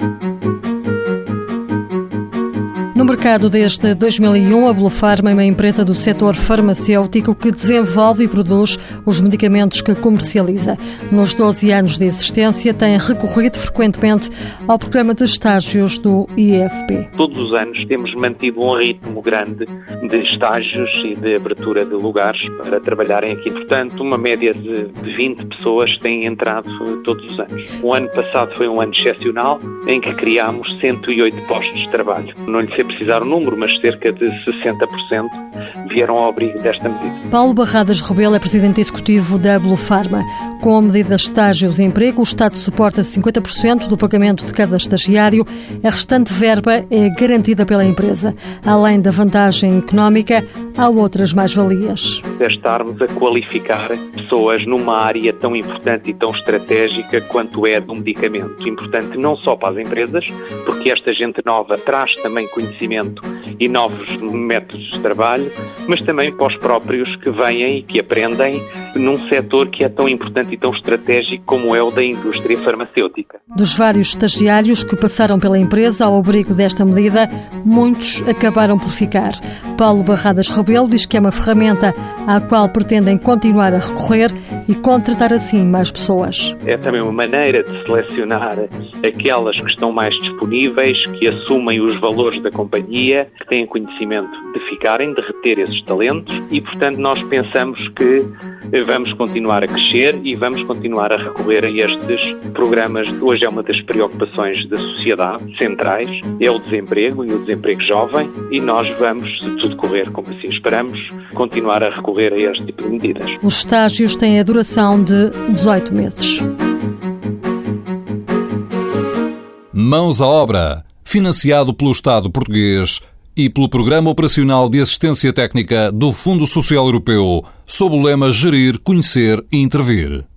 No mercado desde 2001, a Blufarma é uma empresa do setor farmacêutico que desenvolve e produz os medicamentos que comercializa. Nos 12 anos de existência, tem recorrido frequentemente ao programa de estágios do IFP. Todos os anos temos mantido um ritmo grande de estágios e de abertura de lugares para trabalharem aqui. Portanto, uma média de 20 pessoas têm entrado todos os anos. O ano passado foi um ano excepcional em que criámos 108 postos de trabalho. Não lhe sei precisar o número, mas cerca de 60% vieram ao abrigo desta medida. Paulo Barradas Rebelo é presidente executivo da Blufarma. Com a medida estágios e emprego, o Estado suporta 50% do pagamento de cada estagiário. A restante verba é garantida pela empresa. Além da vantagem económica, há outras mais-valias. É estarmos a qualificar pessoas numa área tão importante e tão estratégica quanto é do medicamento. Importante não só para as empresas, porque esta gente nova traz também conhecimento e novos métodos de trabalho, mas também para os próprios que vêm e que aprendem num setor que é tão importante e tão estratégico como é o da indústria farmacêutica. Dos vários estagiários que passaram pela empresa ao abrigo desta medida, muitos acabaram por ficar. Paulo Barradas Rebelo diz que é uma ferramenta à qual pretendem continuar a recorrer e contratar assim mais pessoas. É também uma maneira de selecionar aquelas que estão mais disponíveis, que assumem os valores da companhia, que têm conhecimento de ficarem, de reter esses talentos e, portanto, nós pensamos que vamos continuar a crescer e vamos continuar a recorrer a estes programas. Hoje é uma das preocupações da sociedade centrais, é o desemprego e o desemprego jovem, e nós vamos, se tudo correr como assim esperamos, continuar a recorrer a este tipo de medidas. Os estágios têm a duração de 18 meses. Mãos à obra, financiado pelo Estado português e pelo Programa Operacional de Assistência Técnica do Fundo Social Europeu, sob o lema Gerir, Conhecer e Intervir.